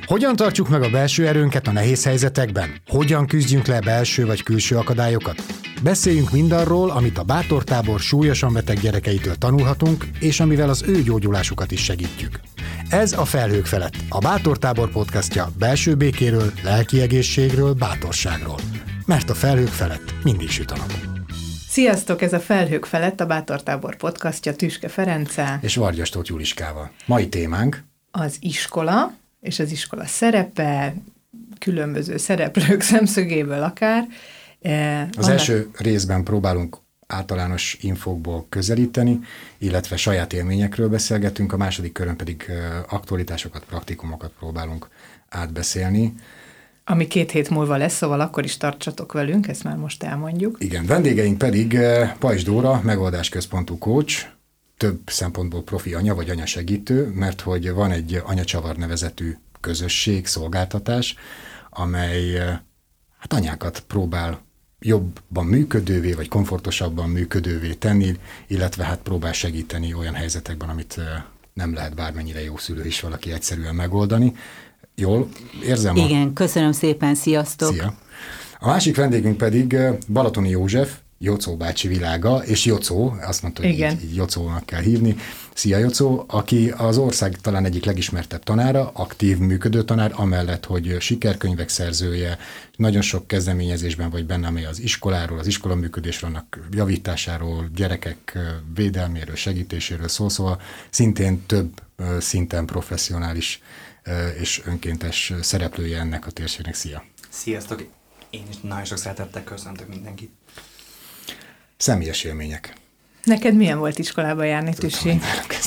Hogyan tartjuk meg a belső erőnket a nehéz helyzetekben? Hogyan küzdjünk le belső vagy külső akadályokat? Beszéljünk mindarról, amit a Bátortábor súlyosan beteg gyerekeitől tanulhatunk, és amivel az ő gyógyulásukat is segítjük. Ez a Felhők felett, a Bátortábor podcastja belső békéről, lelki egészségről, bátorságról. Mert a felhők felett mindig süt a nap. Sziasztok, ez a Felhők felett, a Bátortábor podcastja Tüske Ferenccel és Vargyas Tóth Juliskával. Mai témánk az iskola, és az iskola szerepe, különböző szereplők szemszögéből akár. Az első részben próbálunk általános infókból közelíteni, illetve saját élményekről beszélgetünk, a második körön pedig aktualitásokat, praktikumokat próbálunk átbeszélni. Ami 2 hét múlva lesz, szóval akkor is tartsatok velünk, ezt már most elmondjuk. Igen, vendégeink pedig Pajzs Dóra, megoldásközpontú coach, több szempontból profi anya vagy anyasegítő, mert hogy van egy Anyacsavar nevezetű közösség, szolgáltatás, amely hát anyákat próbál jobban működővé, vagy komfortosabban működővé tenni, illetve hát próbál segíteni olyan helyzetekben, amit nem lehet bármennyire jó szülő is valaki egyszerűen megoldani. Jól érzem? Igen, köszönöm szépen, sziasztok! Szia! A másik vendégünk pedig Balatoni József, Jocó bácsi világa, és Jocó, azt mondta, hogy így Jocónak kell hívni. Szia Jocó, aki az ország talán egyik legismertebb tanára, aktív működő tanár, amellett, hogy sikerkönyvek szerzője, nagyon sok kezdeményezésben vagy benne, amely az iskoláról, az iskolaműködésről, annak javításáról, gyerekek védelméről, segítéséről szól, szóval szintén több szinten professzionális és önkéntes szereplője ennek a térségnek. Szia! Sziasztok! Én is nagyon sok szeretettel köszöntök mindenkit. Személyes élmények. Neked milyen volt iskolába járni, Tüsi?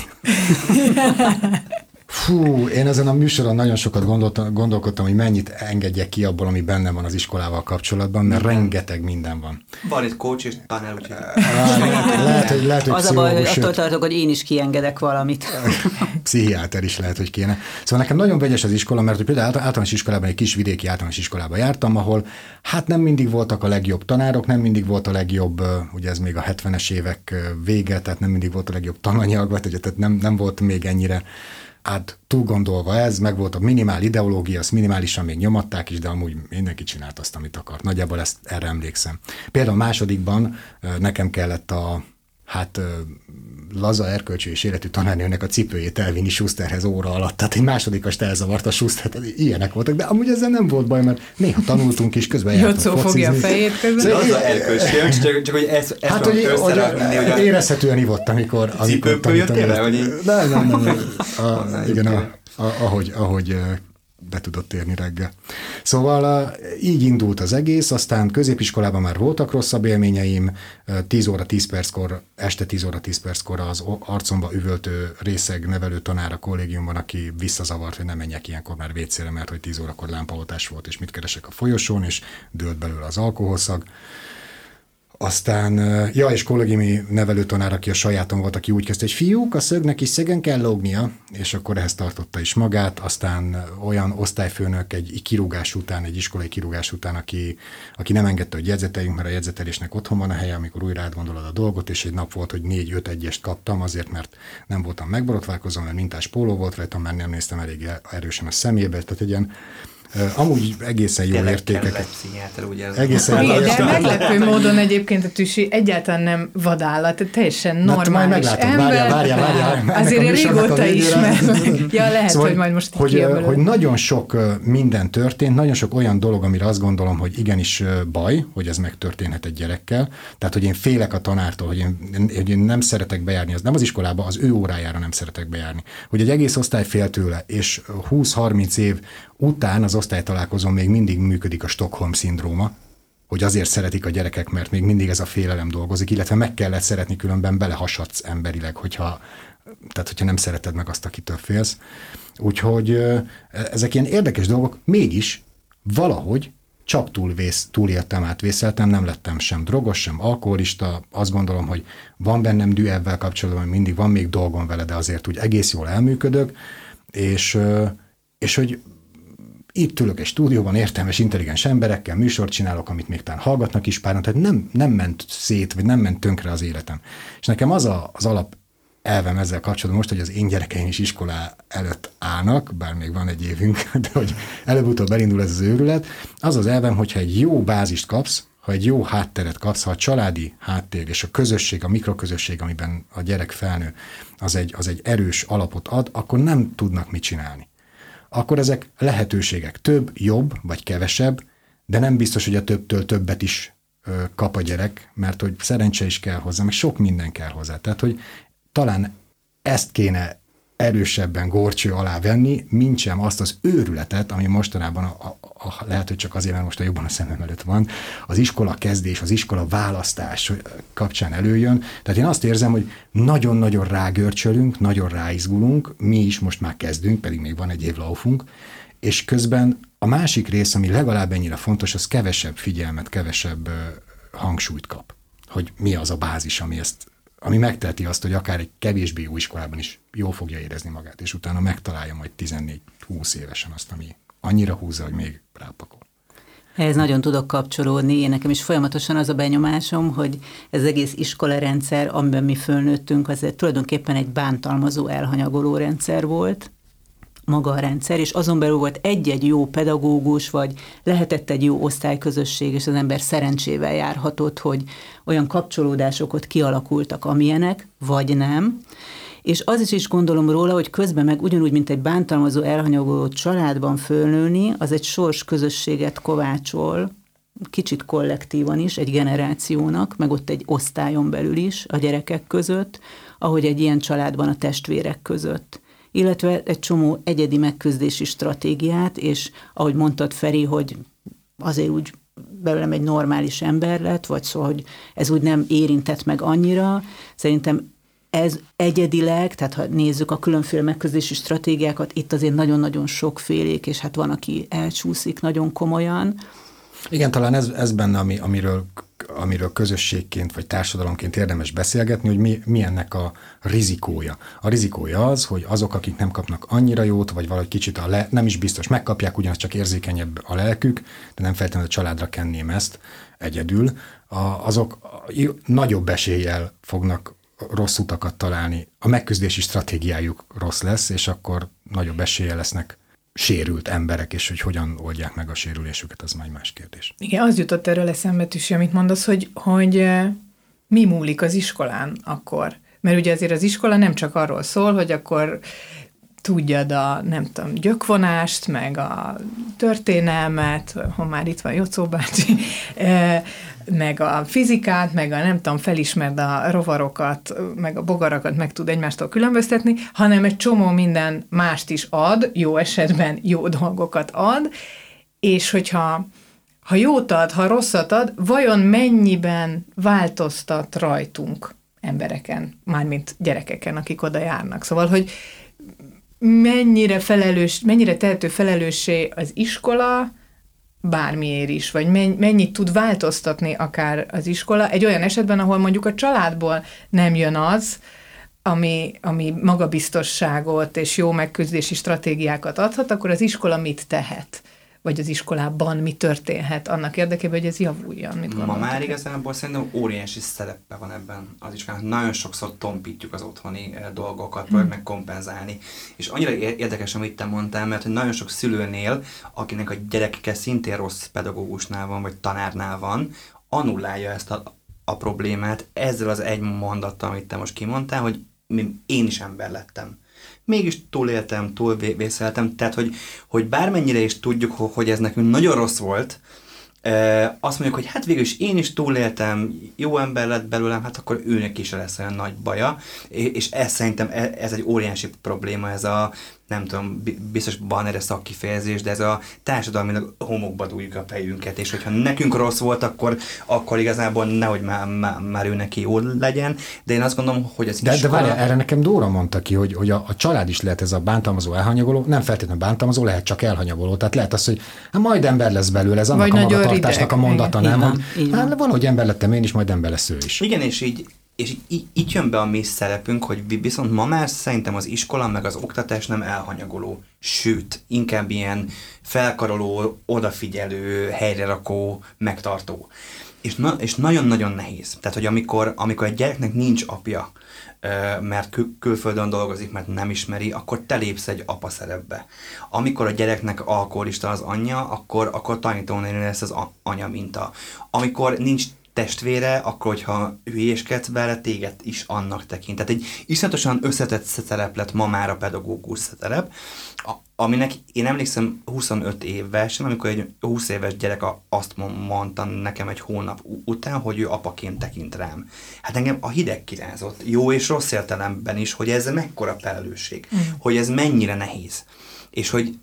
Fú, én ezen a műsoron nagyon sokat gondolkodtam, hogy mennyit engedjek ki abból, ami bennem van az iskolával kapcsolatban, mert rengeteg minden van. Van itt coach és tanár, úgyhogy... Lehet, hogy az a baj, hogy attól tartok, hogy én is kiengedek valamit. Pszichiáter is lehet, hogy kéne. Szóval nekem nagyon vegyes az iskola, mert hogy például általános iskolában, egy kis vidéki általános iskolába jártam, ahol hát nem mindig voltak a legjobb tanárok, nem mindig volt a legjobb, ugye ez még a 70-es évek vége, tehát nem mindig volt a legjobb tananyag, tehát nem volt még ennyire túl gondolva ez, meg volt a minimál ideológia, azt minimálisan még nyomatták is, de amúgy mindenki csinált azt, amit akart. Nagyjából erre emlékszem. Például a másodikban nekem kellett a laza erkölcsű és életű tanárnőnek a cipőjét elvinni Schusterhez óra alatt. Tehát egy másodikast elzavart a Schuster, ilyenek voltak, de amúgy ezzel nem volt baj, mert néha tanultunk is, közben jártunk focizni. Jocó fogja a fejét közben. Laza erkölcsű, csak hogy ezt hogy érezhetően ivott, amikor cipőből jött tényleg? Nem. Igen, ahogy be tudott érni reggel. Szóval így indult az egész, aztán középiskolában már voltak rosszabb élményeim, 10 óra 10 perckor, este 10 óra 10 perckor az arcomba üvöltő részeg nevelő tanár a kollégiumban, aki visszazavart, hogy nem menjek ilyenkor már vécére, mert hogy 10 órakor lámpaoltás volt, és mit keresek a folyosón, és dőlt belőle az alkoholszag. Aztán, és kollégiumi nevelőtanár, aki a sajátom volt, aki úgy kezdte, hogy fiúk, a szögnek is szögen kell lógnia, és akkor ehhez tartotta is magát. Aztán olyan osztályfőnök egy kirúgás után, egy iskolai kirúgás után, aki nem engedte, hogy jegyzeteljünk, mert a jegyzetelésnek otthon van a helye, amikor újra átgondolod a dolgot, és egy nap volt, hogy 4-5 egyest kaptam, azért, mert nem voltam megborotválkozó, mert mintás póló volt rajtam, mert nem néztem elég erősen a szemébe, tehát egy ilyen amúgy egészen jó értékeket. Egészen jó. De meglepő módon egyébként a Tüsi egyáltalán nem vadállat, teljesen normális ember. Várjál. Azért én régóta ismerem. Ja, lehet, szóval, hogy majd most hogy nagyon sok minden történt, nagyon sok olyan dolog, amire azt gondolom, hogy igenis baj, hogy ez megtörténhet egy gyerekkel. Tehát, hogy én félek a tanártól, hogy én nem szeretek bejárni, az nem az iskolába, az ő órájára nem szeretek bejárni. Hogy egy egész osztály fél tőle, és 20-30 év után az osztálytalálkozón még mindig működik a Stockholm-szindróma, hogy azért szeretik a gyerekek, mert még mindig ez a félelem dolgozik, illetve meg kellett szeretni, különben belehasadsz emberileg, hogyha nem szereted meg azt, akitől félsz. Úgyhogy ezek ilyen érdekes dolgok, mégis valahogy csak túléltem, átvészeltem, nem lettem sem drogos, sem alkoholista, azt gondolom, hogy van bennem dű ebben kapcsolatban, mindig van még dolgom vele, de azért úgy egész jól elműködök, és hogy itt ülök egy stúdióban értelmes, intelligens emberekkel, műsort csinálok, amit még talán hallgatnak is páran, tehát nem ment szét, vagy nem ment tönkre az életem. És nekem az alap elvem ezzel kapcsolatban most, hogy az én gyerekeim is iskolá előtt állnak, bár még van egy évünk, de hogy előbb-utóbb elindul ez az őrület, az az elvem, hogyha egy jó bázist kapsz, ha egy jó hátteret kapsz, ha a családi háttér és a közösség, a mikroközösség, amiben a gyerek felnő, az egy erős alapot ad, akkor nem tudnak mit csinálni. Akkor ezek lehetőségek több, jobb vagy kevesebb, de nem biztos, hogy a többtől többet is kap a gyerek, mert hogy szerencse is kell hozzá, meg sok minden kell hozzá. Tehát, hogy talán ezt kéne erősebben górcső alá venni, mintsem azt az őrületet, ami mostanában lehet, hogy csak azért, mert most jobban a szemem előtt van, az iskola kezdés, az iskola választás kapcsán előjön. Tehát én azt érzem, hogy nagyon-nagyon rágörcsölünk, nagyon ráizgulunk, mi is most már kezdünk, pedig még van egy év laufunk, és közben a másik rész, ami legalább ennyire fontos, az kevesebb figyelmet, kevesebb hangsúlyt kap. Hogy mi az a bázis, ami megteheti azt, hogy akár egy kevésbé jó iskolában is jól fogja érezni magát, és utána megtalálja majd 14-20 évesen azt, ami annyira húzza, hogy még rápakol. Ehhez nagyon tudok kapcsolódni. Én nekem is folyamatosan az a benyomásom, hogy ez egész iskolarendszer, amiben mi fölnőttünk, az tulajdonképpen egy bántalmazó, elhanyagoló rendszer volt, maga a rendszer, és azon belül volt egy-egy jó pedagógus, vagy lehetett egy jó osztályközösség, és az ember szerencsével járhatott, hogy olyan kapcsolódások ott kialakultak, amilyenek, vagy nem. És az is gondolom róla, hogy közben meg ugyanúgy, mint egy bántalmazó, elhanyagoló családban fölnőni, az egy sors közösséget kovácsol, kicsit kollektívan is, egy generációnak, meg ott egy osztályon belül is a gyerekek között, ahogy egy ilyen családban a testvérek között. Illetve egy csomó egyedi megküzdési stratégiát, és ahogy mondtad, Feri, hogy azért úgy belőlem egy normális ember lett, vagy szóval, hogy ez úgy nem érintett meg annyira. Szerintem ez egyedileg, tehát ha nézzük a különféle megküzdési stratégiákat, itt azért nagyon-nagyon sokfélék, és hát van, aki elcsúszik nagyon komolyan. Igen, talán ez benne, amiről közösségként vagy társadalomként érdemes beszélgetni, hogy mi ennek a rizikója. A rizikója az, hogy azok, akik nem kapnak annyira jót, vagy valahogy kicsit nem is biztos megkapják, ugyanaz csak érzékenyebb a lelkük, de nem feltétlenül a családra kenném ezt egyedül, azok nagyobb eséllyel fognak rossz utakat találni. A megküzdési stratégiájuk rossz lesz, és akkor nagyobb eséllyel lesznek sérült emberek, és hogy hogyan oldják meg a sérülésüket, az már egy más kérdés. Igen, az jutott erről eszembe, Tüsi, amit mondasz, hogy mi múlik az iskolán akkor. Mert ugye azért az iskola nem csak arról szól, hogy akkor tudjad gyökvonást, meg a történelmet, ha már itt van Jocó bácsi, meg a fizikát, meg felismerd a rovarokat, meg a bogarakat meg tud egymástól különböztetni, hanem egy csomó minden mást is ad, jó esetben jó dolgokat ad, és hogyha jót ad, ha rosszat ad, vajon mennyiben változtat rajtunk embereken, mármint gyerekeken, akik oda járnak. Szóval, hogy mennyire tehető felelőssé az iskola, bármiért is, vagy mennyit tud változtatni akár az iskola, egy olyan esetben, ahol mondjuk a családból nem jön az, ami magabiztosságot és jó megküzdési stratégiákat adhat, akkor az iskola mit tehet? Vagy az iskolában mi történhet annak érdekében, hogy ez javuljon? Mit Ma már igazából szerintem óriási szerepe van ebben az iskolának. Nagyon sokszor tompítjuk az otthoni dolgokat, vagy meg kompenzálni. És annyira érdekes, amit te mondtál, mert hogy nagyon sok szülőnél, akinek a gyerekeke szintén rossz pedagógusnál van, vagy tanárnál van, annullálja ezt a problémát ezzel az egy mondattal, amit te most kimondtál, hogy én is ember lettem. Mégis túléltem, túlvészeltem, tehát hogy bármennyire is tudjuk, hogy ez nekünk nagyon rossz volt, azt mondjuk, hogy hát végül is én is túléltem, jó ember lett belőlem, hát akkor őnek is lesz olyan nagy baja, és ez szerintem ez egy óriási probléma, ez a nem tudom, biztos van erre szakkifejezés, de ez a társadalmilag homokba dújjuk a fejünket, és hogyha nekünk rossz volt, akkor igazából nehogy már ő neki jól legyen, de én azt gondolom, hogy az iskola... De várjál, erre nekem Dóra mondta ki, hogy a család is lehet ez a bántalmazó, elhanyagoló, nem feltétlenül bántalmazó, lehet csak elhanyagoló, tehát lehet az, hogy hát majd ember lesz belőle, ez annak a magatartásnak a mondata, nem? Hogy van, hogy ember lettem én is, majd ember lesz ő is. Igen, és így jön be a mi szerepünk, hogy viszont ma már szerintem az iskola meg az oktatás nem elhanyagoló, sőt, inkább ilyen felkaroló, odafigyelő, helyrerakó, megtartó. És nagyon-nagyon nehéz. Tehát, hogy amikor egy gyereknek nincs apja, mert külföldön dolgozik, mert nem ismeri, akkor te lépsz egy apa szerepbe. Amikor a gyereknek alkoholista az anyja, akkor tanítónéni lesz az anya minta. Amikor nincs testvére, akkor, hogyha hülyéskedsz vele, téged is annak tekint. Tehát egy iszonyatosan összetett szerep lett ma már a pedagógus szerep, aminek én emlékszem 25 évesen, amikor egy 20 éves gyerek azt mondta nekem egy hónap után, hogy ő apaként tekint rám. Hát engem a hideg kirázott, jó és rossz értelemben is, hogy ez mekkora felelősség, hogy ez mennyire nehéz. És hogy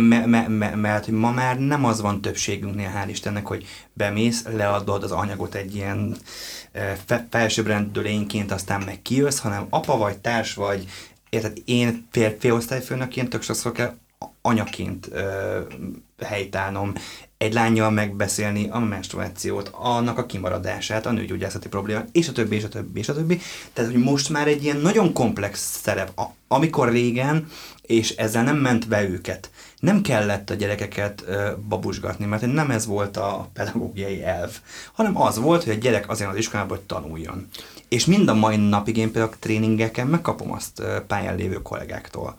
mert ma már nem az van többségünknél, hál' Istennek, hogy bemész, leadod az anyagot egy ilyen felsőbbrendű lényként, aztán meg kijössz, hanem apa vagy, társ vagy, érted, én félosztályfőnökként tök sokszor kell anyaként helytállnom, egy lánnyal megbeszélni a menstruációt, annak a kimaradását, a nőgyógyászati problémát, és a többi, és a többi, és a többi. Tehát, hogy most már egy ilyen nagyon komplex szerep, amikor régen, és ezzel nem ment be őket. Nem kellett a gyerekeket babusgatni, mert nem ez volt a pedagógiai elv, hanem az volt, hogy a gyerek azért az iskolában, hogy tanuljon. És mind a mai napig én például tréningeken megkapom azt pályán lévő kollégáktól,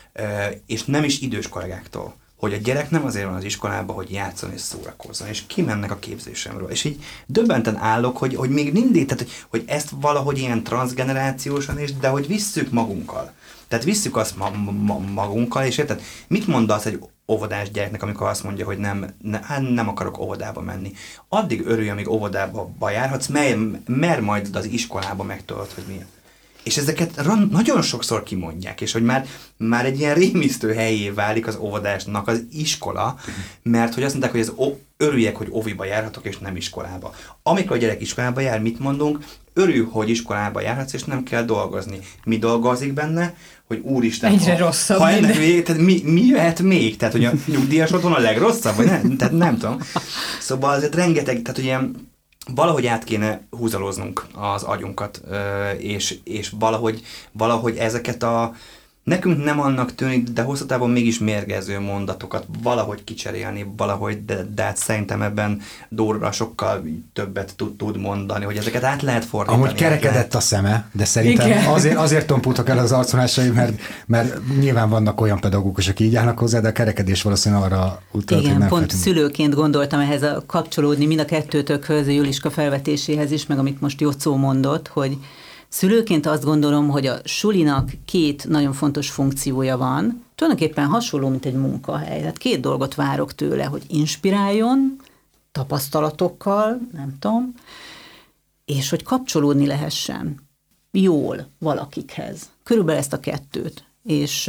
és nem is idős kollégáktól, hogy a gyerek nem azért van az iskolában, hogy játszon és szórakozzon, és kimennek a képzésemről. És így döbbenten állok, hogy még mindig, tehát hogy ezt valahogy ilyen transzgenerációsan is, de hogy visszük magunkkal. Tehát visszük azt magunkkal, és érted? Mit mondasz egy óvodás gyereknek, amikor azt mondja, hogy nem akarok óvodába menni? Addig örülj, amíg óvodába járhatsz, mert majd az iskolába megtudod, hogy miért. És ezeket nagyon sokszor kimondják, és hogy már egy ilyen rémisztő helyé válik az óvodásnak az iskola, mert hogy azt mondták, hogy örüljek, hogy óviba járhatok, és nem iskolába. Amikor a gyerek iskolába jár, mit mondunk? Örülj, hogy iskolába járhatsz, és nem kell dolgozni. Mi dolgozik benne? Hogy úristen, egyre rosszabb. Ha ennek végig, tehát mi jöhet még? Tehát, hogy a nyugdíjas otthon a legrosszabb? Vagy nem? Tehát nem tudom. Szóval azért rengeteg, tehát ugye valahogy át kéne húzaloznunk az agyunkat, és valahogy ezeket nekünk nem annak tűnik, de hosszú távon mégis mérgező mondatokat valahogy kicserélni, valahogy, de hát szerintem ebben Dóra sokkal többet tud mondani, hogy ezeket át lehet fordítani. Amúgy kerekedett a szeme, de szerintem azért tompultak el az arcvonásai, mert nyilván vannak olyan pedagógusok, így állnak hozzá, de a kerekedés valószínűleg arra utalt, igen, hogy nem pont szülőként gondoltam ehhez kapcsolódni mind a kettőtökhöz, Juliska felvetéséhez is, meg amit most Jocó mondott, hogy szülőként azt gondolom, hogy a sulinak két nagyon fontos funkciója van, tulajdonképpen hasonló, mint egy munkahely. Tehát két dolgot várok tőle, hogy inspiráljon, tapasztalatokkal, nem tudom, és hogy kapcsolódni lehessen jól valakikhez. Körülbelül ezt a kettőt. És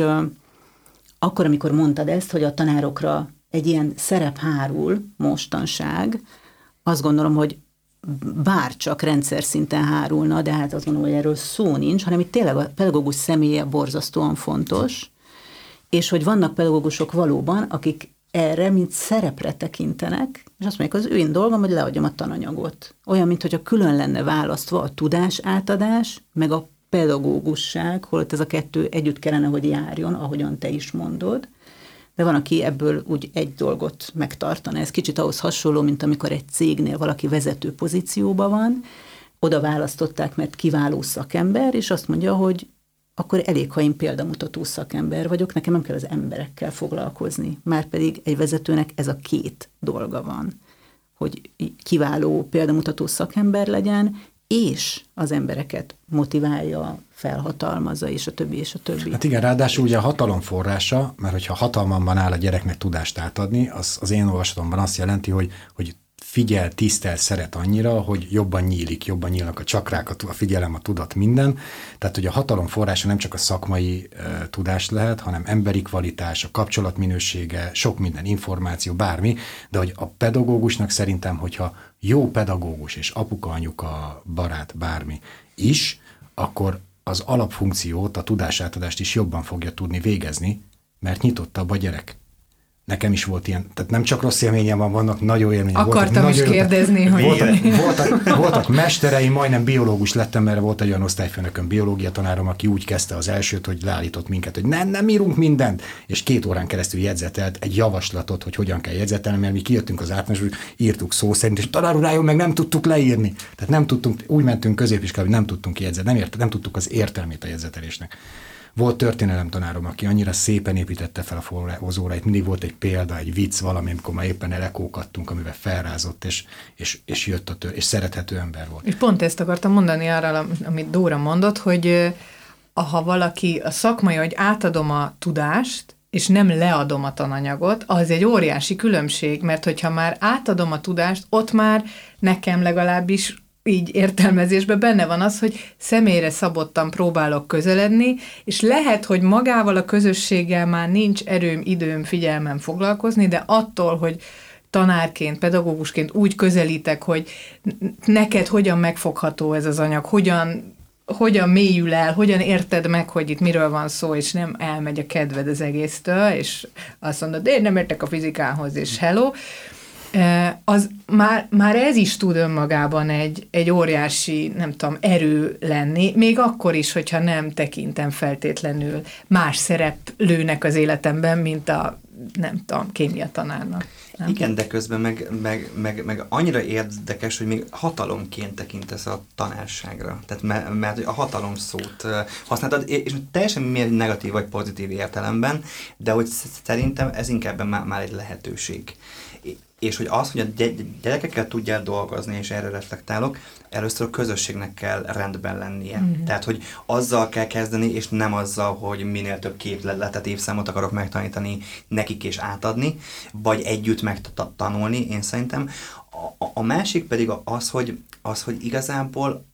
akkor, amikor mondtad ezt, hogy a tanárokra egy ilyen szerep hárul mostanság, azt gondolom, hogy bár csak rendszer szinten hárulna, de hát azt gondolom, hogy erről szó nincs, hanem itt tényleg a pedagógus személye borzasztóan fontos, és hogy vannak pedagógusok valóban, akik erre, mint szerepre tekintenek, és azt mondják, az én dolgom, hogy leadjam a tananyagot. Olyan, mintha külön lenne választva a tudás átadás, meg a pedagógusság, holott ez a kettő együtt kellene, hogy járjon, ahogyan te is mondod. De van, aki ebből úgy egy dolgot megtartana. Ez kicsit ahhoz hasonló, mint amikor egy cégnél valaki vezető pozícióban van, oda választották, mert kiváló szakember, és azt mondja, hogy akkor elég, ha én példamutató szakember vagyok, nekem nem kell az emberekkel foglalkozni. Márpedig egy vezetőnek ez a két dolga van, hogy kiváló példamutató szakember legyen, és az embereket motiválja, felhatalmazza, és a többi, és a többi. Hát igen, ráadásul ugye a hatalom forrása, mert hogyha hatalmamban áll a gyereknek tudást átadni, az én olvasatomban azt jelenti, hogy figyel, tisztel, szeret annyira, hogy jobban nyílnak a csakrák, a figyelem, a tudat, minden. Tehát, hogy a hatalom forrása nem csak a szakmai tudás lehet, hanem emberi kvalitás, a kapcsolatminősége, sok minden, információ, bármi, de hogy a pedagógusnak szerintem, hogyha jó pedagógus és apuka, anyuka, barát, bármi is, akkor az alapfunkciót, a tudásátadást is jobban fogja tudni végezni, mert nyitottabb a gyerek. Nekem is volt ilyen, tehát nem csak rossz élményem van, vannak nagyon élmények. Akartam is kérdezni, hogy... Voltak mestereim, majdnem biológus lettem, mert volt egy olyan osztályfőnököm, biológia tanárom, aki úgy kezdte az elsőt, hogy leállított minket, hogy nem írunk mindent, és 2 órán keresztül jegyzetelt egy javaslatot, hogy hogyan kell jegyzetelni, mert mi kijöttünk az általános, írtuk szó szerint, és tanár úr, meg nem tudtuk leírni. Tehát nem tudtunk, úgy mentünk középiskolába, hogy nem tudtunk jegyzetelni, nem tudtuk az értelmét a jegyzetelésnek. Volt történelemtanárom, aki annyira szépen építette fel az óráit, mindig volt egy példa, egy vicc, valami, amikor már éppen elekókattunk, amivel felrázott, és jött és szerethető ember volt. És pont ezt akartam mondani arra, amit Dóra mondott, hogy ha valaki a szakmai, hogy átadom a tudást, és nem leadom a tananyagot, az egy óriási különbség, mert hogyha már átadom a tudást, ott már nekem legalábbis így értelmezésben benne van az, hogy személyre szabottan próbálok közeledni, és lehet, hogy magával a közösséggel már nincs erőm, időm, figyelmem foglalkozni, de attól, hogy tanárként, pedagógusként úgy közelítek, hogy neked hogyan megfogható ez az anyag, hogyan mélyül el, hogyan érted meg, hogy itt miről van szó, és nem elmegy a kedved az egésztől, és azt mondod, de én nem értek a fizikához, és hello, az már ez is tud önmagában egy óriási, nem tudom, erő lenni, még akkor is, hogyha nem tekintem feltétlenül más szereplőnek az életemben, mint a, nem tudom, kémia tanárnak. Nem? Igen, de közben meg annyira érdekes, hogy még hatalomként tekintesz a tanárságra. Tehát mert a hatalom szót használtad, és teljesen negatív vagy pozitív értelemben, de hogy szerintem ez inkább már egy lehetőség. És hogy az, hogy a gyerekekkel tudjál dolgozni, és erre reflektálok, először a közösségnek kell rendben lennie. Mm-hmm. Tehát, hogy azzal kell kezdeni, és nem azzal, hogy minél több képletet, évszámot akarok megtanítani nekik és átadni, vagy együtt megtanulni, én szerintem. A másik pedig az, hogy igazából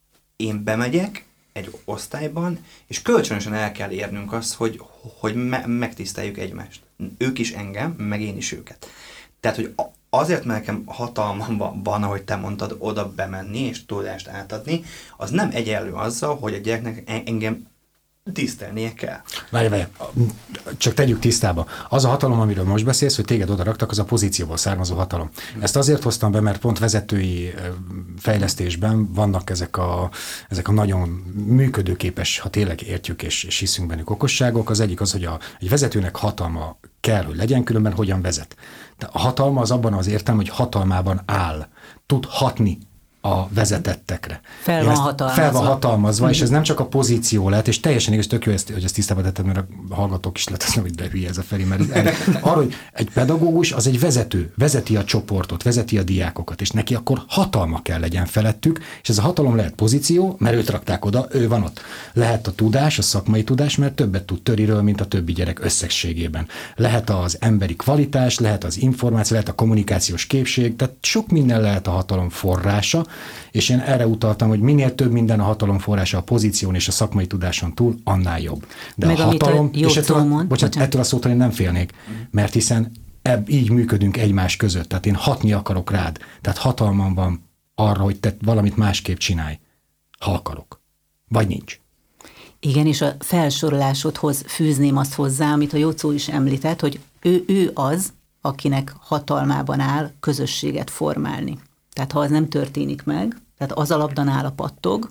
én bemegyek egy osztályban, és kölcsönösen el kell érnünk azt, hogy megtiszteljük egymást. Ők is engem, meg én is őket. Tehát, hogy azért, mert nekem hatalmam van, ahogy te mondtad, oda bemenni és tudást átadni, az nem egyenlő azzal, hogy a gyereknek engem tisztelnie kell. Várj, csak tegyük tisztába. Az a hatalom, amiről most beszélsz, hogy téged oda raktak, az a pozícióból származó hatalom. Ezt azért hoztam be, mert pont vezetői fejlesztésben vannak ezek a nagyon működőképes, ha tényleg értjük és hiszünk bennük okosságok. Az egyik az, hogy egy vezetőnek hatalma kell, hogy legyen, különben hogyan vezet. De a hatalma az abban az értelme, hogy hatalmában áll, tud hatni a vezetettekre. Fel van hatalmazva, és ez nem csak a pozíció lett, és teljesen igaz, tök jó, hogy ezt tisztába tettem, mert a hallgatók is letesznek, hogy de hülye ez a Feri, mert arra, hogy egy pedagógus az egy vezető, vezeti a csoportot, vezeti a diákokat, és neki akkor hatalma kell legyen felettük, és ez a hatalom lehet pozíció, mert őt rakták oda, ő van ott. Lehet a tudás, a szakmai tudás, mert többet tud töriről, mint a többi gyerek összességében. Lehet az emberi kvalitás, lehet az információ, lehet a kommunikációs képség, tehát sok minden lehet a hatalom forrása, és én erre utaltam, hogy minél több minden a hatalom forrása a pozíción és a szakmai tudáson túl, annál jobb. De meg a hatalom, és ettől a szótól én nem félnék, mert hiszen így működünk egymás között, tehát én hatni akarok rád, tehát hatalmam van arra, hogy te valamit másképp csinálj, ha akarok. Vagy nincs. Igen, és a felsorolásodhoz fűzném azt hozzá, amit a Jocó is említett, hogy ő az, akinek hatalmában áll közösséget formálni. Tehát ha az nem történik meg, tehát az alapban áll a pattog,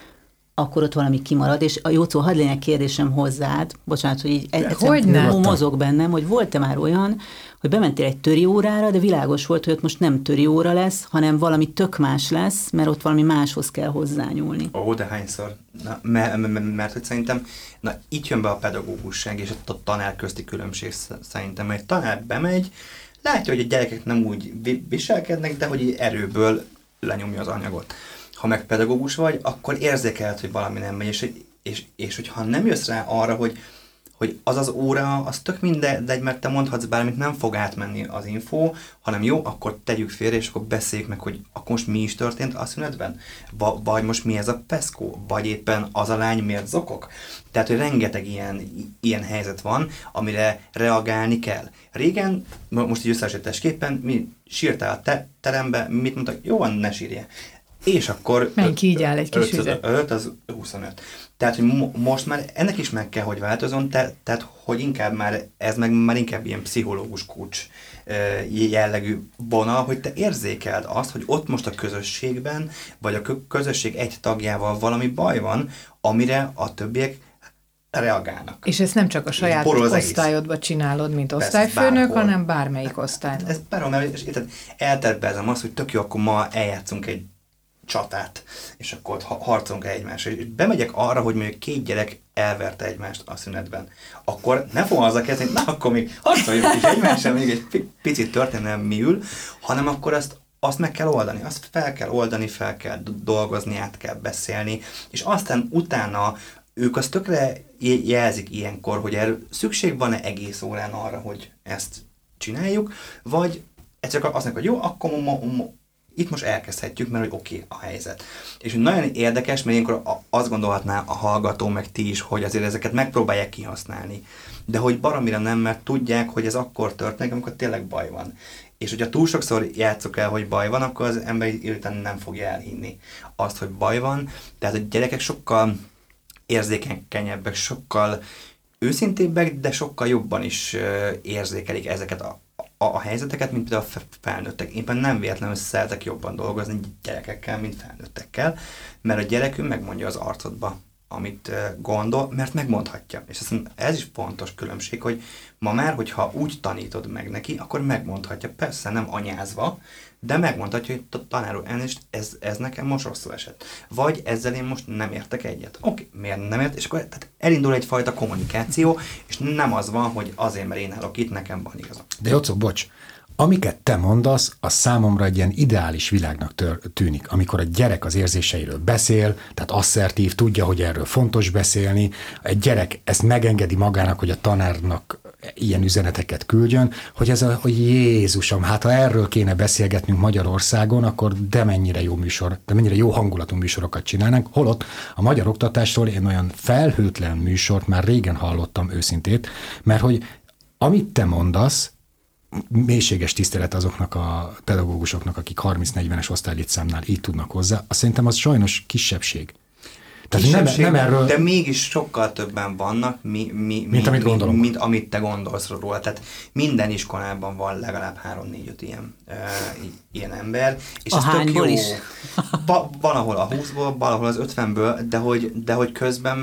akkor ott valami kimarad, és a Jócó, hadd legyen kérdésem hozzád, bocsánat, hogy így egyszerűen mozog bennem, hogy volt-e már olyan, hogy bementél egy töri órára, de világos volt, hogy ott most nem töri óra lesz, hanem valami tök más lesz, mert ott valami máshoz kell hozzányúlni. De hányszor? Mert hogy szerintem, itt jön be a pedagógusság és a tanár közti különbség szerintem, mert egy tanár bemegy, látja, hogy a gyerekek nem úgy viselkednek, de hogy erőből lenyomja az anyagot. Ha meg pedagógus vagy, akkor érzékeled, hogy valami nem megy, és hogyha nem jössz rá arra, hogy az óra, az tök mindegy, mert te mondhatsz bármit, nem fog átmenni az info, hanem jó, akkor tegyük félre, és akkor beszéljük meg, hogy akkor most mi is történt a szünetben, vagy most mi ez a peszkó, vagy éppen az a lány miért zokog. Tehát, hogy rengeteg ilyen helyzet van, amire reagálni kell. Régen, most így összehasonlításképpen, mi sírtál a terembe, mit mondtak, jó van, ne sírjál. és akkor... Menj ki, így áll egy kis üzlet. 5 az 25. Tehát, hogy most már ennek is meg kell, hogy változon, tehát, hogy inkább már, ez meg már inkább ilyen pszichológus coach jellegű vonal, hogy te érzékeld azt, hogy ott most a közösségben, vagy a közösség egy tagjával valami baj van, amire a többiek reagálnak. És ezt nem csak a saját osztályodba csinálod, mint osztályfőnök, hanem bármelyik osztálynak. Ez bárhol, mert eltervezem azt, hogy tök jó, akkor ma eljátszunk egy csatát, és akkor harcolunk egymásra. És bemegyek arra, hogy mondjuk 2 gyerek elverte egymást a szünetben. Akkor ne fogom azzal kezdeni, na akkor még harcoljuk is egymással, még egy picit történelmiül, hanem akkor azt meg kell oldani, azt fel kell oldani, fel kell dolgozni, át kell beszélni, és aztán utána ők azt tökre jelzik ilyenkor, hogy erről szükség van-e egész órán arra, hogy ezt csináljuk, vagy egyszerűen azt mondjuk, hogy jó, akkor itt most elkezdhetjük, mert hogy oké a helyzet. És nagyon érdekes, mert ilyenkor azt gondolhatná a hallgató, meg ti is, hogy azért ezeket megpróbálják kihasználni. De hogy baromira nem, mert tudják, hogy ez akkor történik, amikor tényleg baj van. És hogyha túl sokszor játsszuk el, hogy baj van, akkor az ember után nem fogja elhinni azt, hogy baj van. Tehát a gyerekek sokkal érzékenyebbek, sokkal őszintébbek, de sokkal jobban is érzékelik ezeket a helyzeteket, mint például a felnőttek. Én nem véletlenül szeretek jobban dolgozni gyerekekkel, mint felnőttekkel, mert a gyerekünk megmondja az arcodba, amit gondol, mert megmondhatja. És aztán ez is fontos különbség, hogy ma már, hogyha úgy tanítod meg neki, akkor megmondhatja, persze nem anyázva, de megmondhatja, hogy tanár úr, ez nekem most rosszul esett. Vagy ezzel én most nem értek egyet. Oké, miért nem ért? És akkor tehát elindul egyfajta kommunikáció, és nem az van, hogy azért, mert én állok itt, nekem van igazam. De Jocó, bocs, amiket te mondasz, az számomra egy ilyen ideális világnak tűnik, amikor a gyerek az érzéseiről beszél, tehát asszertív, tudja, hogy erről fontos beszélni, egy gyerek ezt megengedi magának, hogy a tanárnak ilyen üzeneteket küldjön, hogy hogy Jézusom, hát ha erről kéne beszélgetnünk Magyarországon, akkor de mennyire jó műsor, de mennyire jó hangulatú műsorokat csinálnánk, holott a magyar oktatásról én olyan felhőtlen műsort már régen hallottam őszintét, mert hogy amit te mondasz, mélységes tisztelet azoknak a pedagógusoknak, akik 30-40-es osztálylétszámnál így tudnak hozzá, azt szerintem az sajnos kisebbség. Tehát nem erről... De mégis sokkal többen vannak, mint amit gondolunk. Mint amit te gondolsz róla. Tehát minden iskolában van legalább 3-4-5 ilyen ember. És a hányból is? Van ahol a 20-ból, valahol az 50-ből, de hogy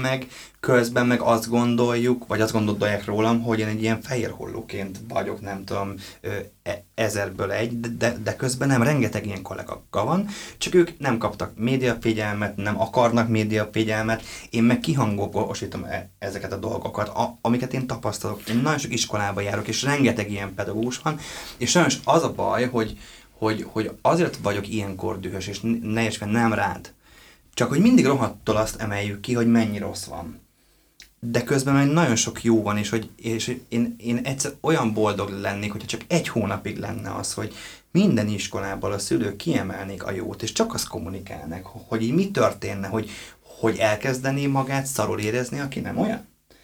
közben meg azt gondoljuk, vagy azt gondolják rólam, hogy én egy ilyen fehér hollóként vagyok, nem tudom, 1000-ből egy, de közben nem, rengeteg ilyen kollega van, csak ők nem kaptak médiafigyelmet, nem akarnak médiafigyelmet, én meg kihangosítom ezeket a dolgokat, amiket én tapasztalok. Én nagyon sok iskolába járok, és rengeteg ilyen pedagógus van, és sajnos az a baj, hogy azért vagyok ilyenkor dühös, és nem rád, csak hogy mindig rohadtól azt emeljük ki, hogy mennyi rossz van. De közben meg nagyon sok jó van, és én egyszer olyan boldog lennék, hogyha csak 1 hónapig lenne az, hogy minden iskolában a szülők kiemelnék a jót, és csak azt kommunikálnak, hogy így mi történne, hogy elkezdené magát szarul érezni, aki nem olyan.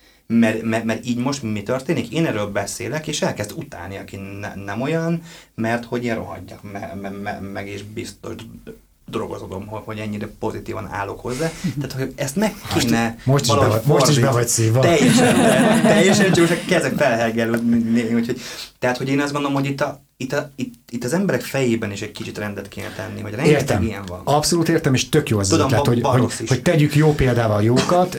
Mert így most mi történik? Én erről beszélek, és elkezd utálni, aki nem olyan, mert hogy én rohadjak meg és biztos drogozodom, hogy ennyire pozitívan állok hozzá. Tehát, hogy ezt meg kéne most is be vagy szívva. Teljesen csak a kezek felhergelődni. Tehát, hogy én azt gondolom, hogy itt az emberek fejében is egy kicsit rendet kéne tenni, hogy rengeteg ilyen van. Abszolút értem, és tök jó az ötlet, hogy tegyük jó példával a jókat,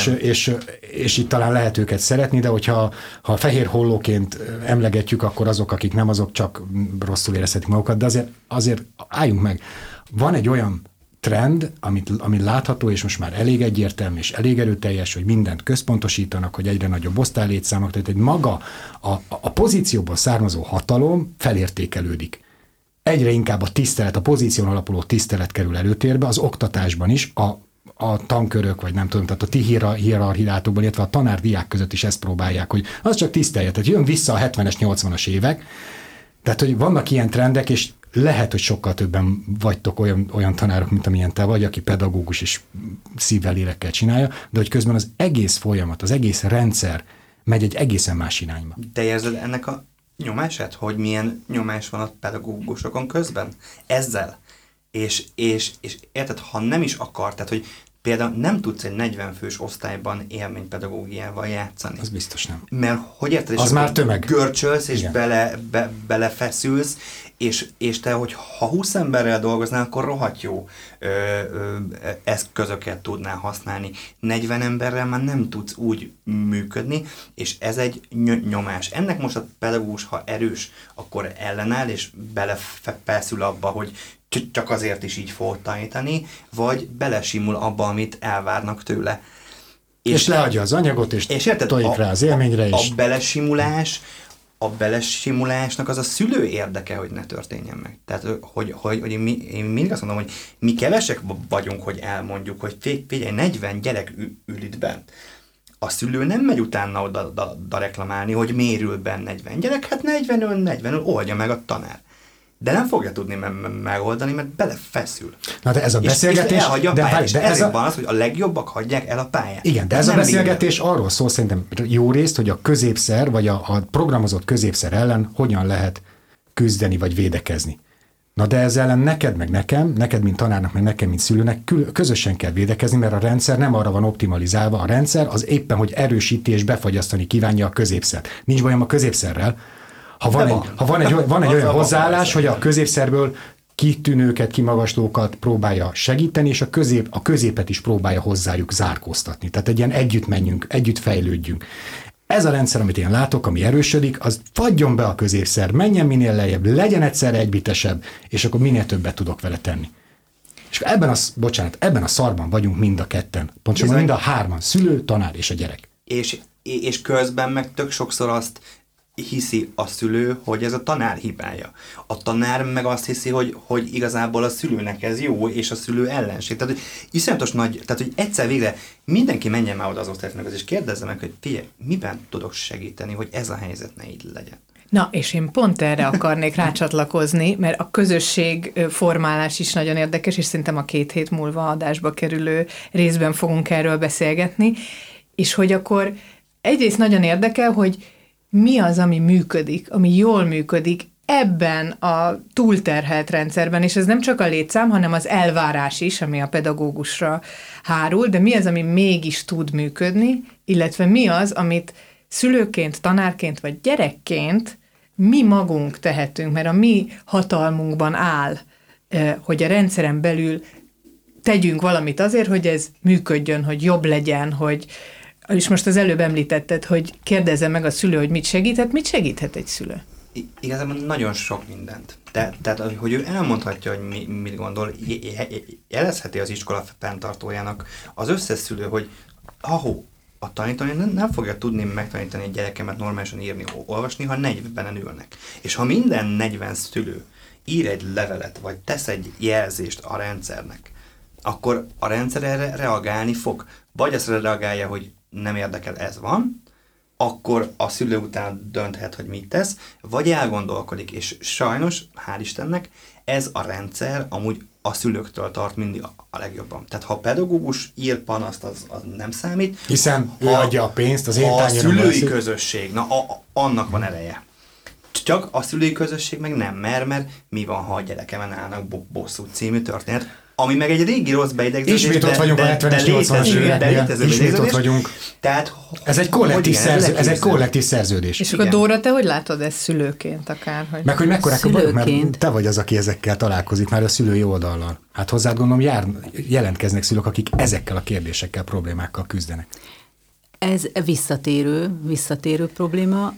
és itt talán lehet őket szeretni, de hogyha fehér hollóként emlegetjük, akkor azok, akik nem, azok csak rosszul érezhetik magukat, de azért álljunk meg. Van egy olyan trend, amit látható, és most már elég egyértelmű, és elég erőteljes, hogy mindent központosítanak, hogy egyre nagyobb osztálylétszámok, tehát egy maga a pozícióból származó hatalom felértékelődik. Egyre inkább a tisztelet, a pozíción alapuló tisztelet kerül előtérbe, az oktatásban is, a tankörök, vagy nem tudom, tehát a ti hierarchiátokban, illetve a tanár-diák között is ezt próbálják, hogy az csak tisztelje. Tehát jön vissza a 70-es, 80-as évek, tehát, hogy vannak ilyen trendek, és lehet, hogy sokkal többen vagytok olyan tanárok, mint amilyen te vagy, aki pedagógus és szívvel, lélekkel csinálja, de hogy közben az egész folyamat, az egész rendszer megy egy egészen más irányba. Te érzed ennek a nyomását, hogy milyen nyomás van a pedagógusokon közben? Ezzel? és érted, ha nem is akar, tehát hogy például nem tudsz egy 40 fős osztályban élménypedagógiával játszani. Az biztos nem. Mert hogy érted, az már tömeg. Görcsölsz, és belefeszülsz, és te, hogy ha 20 emberrel dolgoznál, akkor rohadt jó eszközöket tudnál használni. 40 emberrel már nem tudsz úgy működni, és ez egy nyomás. Ennek most a pedagógus, ha erős, akkor ellenáll, és belefeszül abba, hogy csak azért is így fog tanítani, vagy belesimul abba, amit elvárnak tőle. És leadja az anyagot, és tojik rá az élményre is. A belesimulásnak az a szülő érdeke, hogy ne történjen meg. Tehát, hogy én mindig azt mondom, hogy mi kevesek vagyunk, hogy elmondjuk, hogy figyelj, 40 gyerek ül itt bent. A szülő nem megy utána oda reklamálni, hogy mérül benn 40 gyerek, hát 40 oldja meg a tanár. De nem fogja tudni megoldani, mert belefeszül. Na de ez a beszélgetés... És ezért van az, hogy a legjobbak hagyják el a pályát. Igen, de ez a beszélgetés arról szól szerintem jó részt, hogy a középszer, vagy a programozott középszer ellen hogyan lehet küzdeni, vagy védekezni. Na de ez ellen neked, meg nekem, neked, mint tanárnak, meg nekem, mint szülőnek közösen kell védekezni, mert a rendszer nem arra van optimalizálva. A rendszer az éppen, hogy erősíti és befagyasztani kívánja a középszert. Nincs bajom a középszerrel. Ha van egy olyan hozzáállás, hogy a középszerből kitűnőket, kimagaslókat próbálja segíteni, és a középet is próbálja hozzájuk zárkóztatni. Tehát egy ilyen együtt menjünk, együtt fejlődjünk. Ez a rendszer, amit én látok, ami erősödik, az fagyjon be a középszer, menjen minél lejjebb, legyen egyszerre egybitesebb, és akkor minél többet tudok vele tenni. És ebben a szarban vagyunk mind a ketten. Pontosabban mind a hárman, szülő, tanár és a gyerek. És közben meg tök sokszor azt hiszi a szülő, hogy ez a tanár hibája. A tanár meg azt hiszi, hogy igazából a szülőnek ez jó, és a szülő ellenség. Tehát, hogy iszonyatos nagy, tehát, hogy egyszer végre mindenki menjen már oda az osztályfőnökhöz, és kérdezze meg, hogy figyelj, miben tudok segíteni, hogy ez a helyzet ne így legyen. Na, és én pont erre akarnék rácsatlakozni, mert a közösségformálás is nagyon érdekes, és szerintem a 2 hét múlva adásba kerülő részben fogunk erről beszélgetni, és hogy akkor egyrészt nagyon érdekel, hogy mi az, ami működik, ami jól működik ebben a túlterhelt rendszerben, és ez nem csak a létszám, hanem az elvárás is, ami a pedagógusra hárul, de mi az, ami mégis tud működni, illetve mi az, amit szülőként, tanárként vagy gyerekként mi magunk tehetünk, mert a mi hatalmunkban áll, hogy a rendszeren belül tegyünk valamit azért, hogy ez működjön, hogy jobb legyen, hogy és most az előbb említetted, hogy kérdezze meg a szülő, hogy mit segíthet egy szülő? Igazából nagyon sok mindent. Tehát, hogy ő elmondhatja, hogy mit gondol, jelezheti az iskola fenntartójának az összes szülő, hogy a tanítani nem fogja tudni megtanítani egy gyerekemet normálisan írni, olvasni, ha 40-en ülnek. És ha minden 40 szülő ír egy levelet, vagy tesz egy jelzést a rendszernek, akkor a rendszer erre reagálni fog. Vagy azt reagálja, hogy nem érdekel, ez van, akkor a szülő után dönthet, hogy mit tesz, vagy elgondolkodik, és sajnos, hál' Istennek, ez a rendszer amúgy a szülőktől tart mindig a legjobban. Tehát ha a pedagógus ír panaszt, az nem számít. Hiszen ő adja a pénzt, az én a szülői közösség, annak van ereje. Csak a szülői közösség meg nem, mert mi van, ha a gyerekemen állnak bosszú című történet, ami meg egy régi rossz beidegződés. Ismét ott vagyunk a 70-es 80-as években. Ismét ott vagyunk. Tehát, ez egy kollektív szerződés. És akkor Dóra, te hogy látod ezt szülőként akár? Hogy... Meg hogy mekkorák a bajok, mert te vagy az, aki ezekkel találkozik már a szülői oldallal. Hát hozzád gondolom jelentkeznek szülők, akik ezekkel a kérdésekkel, problémákkal küzdenek. Ez visszatérő probléma.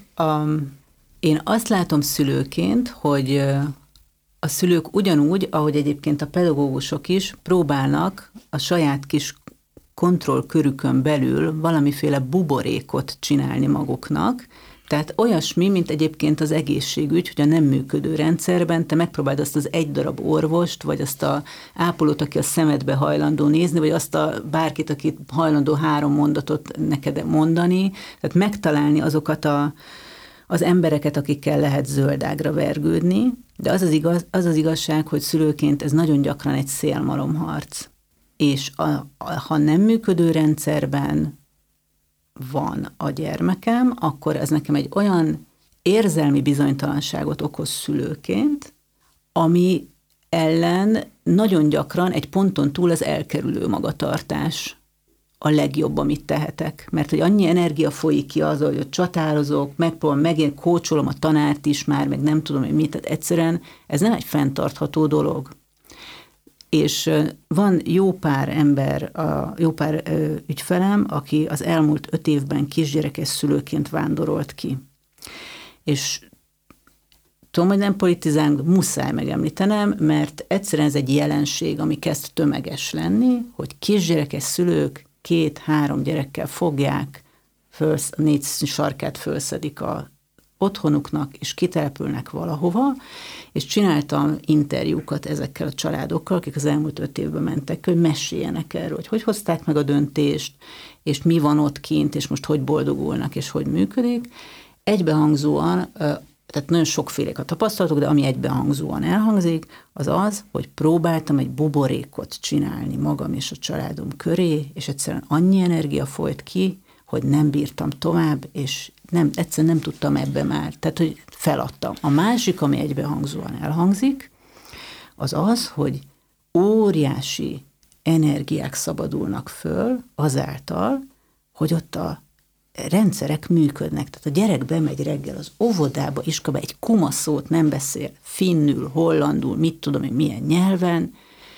Én azt látom szülőként, hogy a szülők ugyanúgy, ahogy egyébként a pedagógusok is próbálnak a saját kis kontrollkörükön belül valamiféle buborékot csinálni maguknak, tehát olyasmi, mint egyébként az egészségügy, hogy a nem működő rendszerben te megpróbáld azt az egy darab orvost, vagy azt a ápolót, aki a szemedbe hajlandó nézni, vagy azt a bárkit, aki hajlandó 3 mondatot neked mondani, tehát megtalálni azokat az embereket, akikkel lehet zöldágra vergődni, de az az igazság, hogy szülőként ez nagyon gyakran egy szélmalomharc. És ha nem működő rendszerben van a gyermekem, akkor ez nekem egy olyan érzelmi bizonytalanságot okoz szülőként, ami ellen nagyon gyakran egy ponton túl az elkerülő magatartás a legjobb, amit tehetek. Mert hogy annyi energia folyik ki az, hogy csatározok, megpróbálom, megint kócsolom a tanárt is már, meg nem tudom, hogy mit, tehát egyszerűen ez nem egy fenntartható dolog. És van jó pár ember, jó pár ügyfelem, aki az elmúlt 5 évben kisgyerekes szülőként vándorolt ki. És tudom, hogy nem politizálunk, muszáj megemlítenem, mert egyszerűen ez egy jelenség, ami kezd tömeges lenni, hogy kisgyerekes szülők 2-3 gyerekkel fogják, 4 sarkát fölszedik a otthonuknak, és kitelepülnek valahova, és csináltam interjúkat ezekkel a családokkal, akik az elmúlt 5 évben mentek, hogy meséljenek erről, hogy hozták meg a döntést, és mi van ott kint, és most hogy boldogulnak, és hogy működik. Egybehangzóan, tehát nagyon sokfélék a tapasztalatok, de ami egybehangzóan elhangzik, az az, hogy próbáltam egy buborékot csinálni magam és a családom köré, és egyszerűen annyi energia folyt ki, hogy nem bírtam tovább, és egyszerűen nem tudtam ebbe már, tehát hogy feladtam. A másik, ami egybehangzóan elhangzik, az az, hogy óriási energiák szabadulnak föl azáltal, hogy ott a rendszerek működnek. Tehát a gyerek bemegy reggel az óvodába, iskolába, egy kuma szót nem beszél, finnül, hollandul, mit tudom én, milyen nyelven,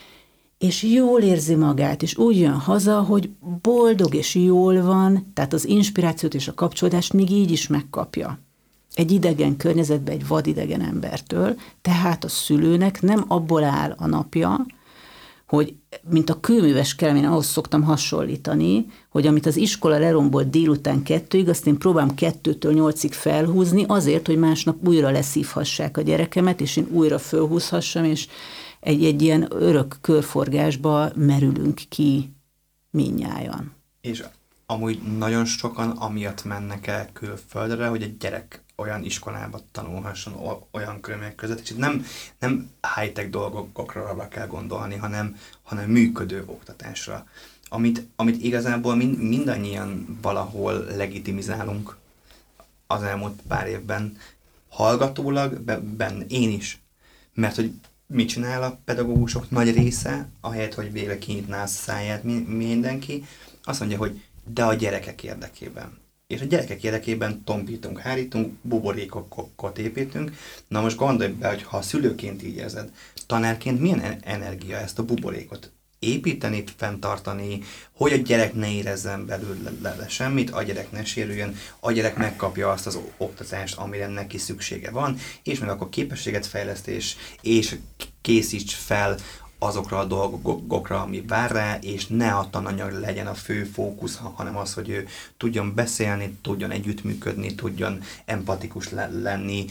és jól érzi magát, és úgy jön haza, hogy boldog és jól van, tehát az inspirációt és a kapcsolódást még így is megkapja. Egy idegen környezetben, egy vadidegen embertől, tehát a szülőnek nem abból áll a napja, hogy mint a kőműves kelem, én ahhoz szoktam hasonlítani, hogy amit az iskola lerombolt délután 2-ig, azt én próbálom 2-től 8-ig felhúzni, azért, hogy másnap újra leszívhassák a gyerekemet, és én újra fölhúzhassam, és egy ilyen örök körforgásba merülünk ki mindnyájan. És amúgy nagyon sokan amiatt mennek el külföldre, hogy egy gyerek olyan iskolába tanulhasson, olyan körülmények között, és itt nem high-tech dolgokra kell gondolni, hanem működő oktatásra. Amit igazából mindannyian valahol legitimizálunk az elmúlt pár évben, hallgatólag, én is. Mert hogy mit csinál a pedagógusok nagy része, ahelyett, hogy végre kinyitná a száját mindenki, azt mondja, hogy de a gyerekek érdekében. És a gyerekek érdekében tompítunk, hárítunk, buborékokat építünk. Na most gondolj be, hogy ha a szülőként így érzed, tanárként milyen energia ezt a buborékot építeni, fenntartani, hogy a gyerek ne érezzen belőle semmit, a gyerek ne sérüljön, a gyerek megkapja azt az oktatást, amire neki szüksége van, és meg akkor képességet fejlesztés, és készíts fel azokra a dolgokra, ami vár rá, és ne a tananyag legyen a fő fókusz, hanem az, hogy ő tudjon beszélni, tudjon együttműködni, tudjon empatikus lenni.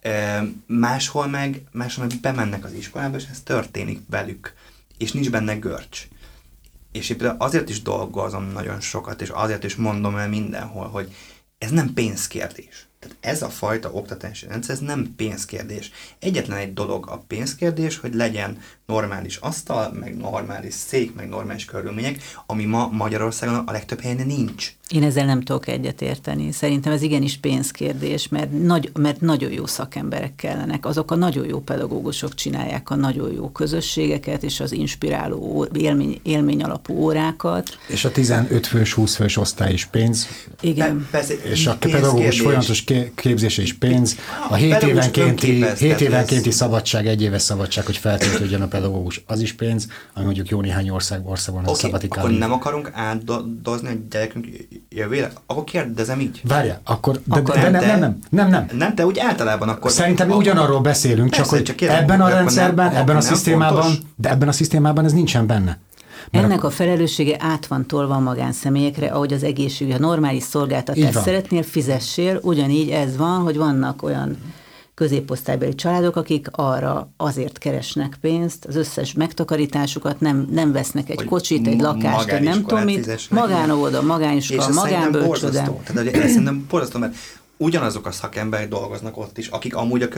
Máshol meg bemennek az iskolába, és ez történik velük, és nincs benne görcs. És éppen azért is dolgozom nagyon sokat, és azért is mondom el mindenhol, hogy ez nem pénzkérdés. Tehát ez a fajta oktatási rendszer, ez nem pénzkérdés. Egyetlen egy dolog a pénzkérdés, hogy legyen normális asztal, meg normális szék, meg normális körülmények, ami ma Magyarországon a legtöbb helyen nincs. Én ezzel nem tudok egyetérteni. Szerintem ez igenis pénzkérdés, mert nagyon jó szakemberek kellenek. Azok a nagyon jó pedagógusok csinálják a nagyon jó közösségeket, és az inspiráló élmény alapú órákat. És a 15 fős, 20 fős osztály is pénz. Igen. És a pedagógus folyamatos képzése is pénz. A 7 évenkénti szabadság, 1 éves szabadság, hogy feltöltődjön a pedagógus, az is pénz, ami mondjuk jó néhány országban a szabatikálni. Akkor nem akarunk átdozni a gyerekünk jövőre? Akkor kérdezem így. Várjál, akkor nem. Nem, te úgy általában akkor... Szerintem ugyanarról beszélünk, persze, csak hogy ebben a rendszerben, ebben a szisztémában ez nincsen benne. Ennek a felelőssége át van tolva a magánszemélyekre, ahogy az egészségügy, ha normális szolgáltatást szeretnél, fizessél, ugyanígy ez van, hogy vannak olyan középosztálybeli családok, akik arra azért keresnek pénzt, az összes megtakarításukat nem vesznek egy kocsit, egy lakást, egy nem tudom mit, magánóvoda, magániskola, magánbölcsőde. Tehát ez szerintem borzasztó, mert ugyanazok a szakemberek dolgoznak ott is, akik amúgy a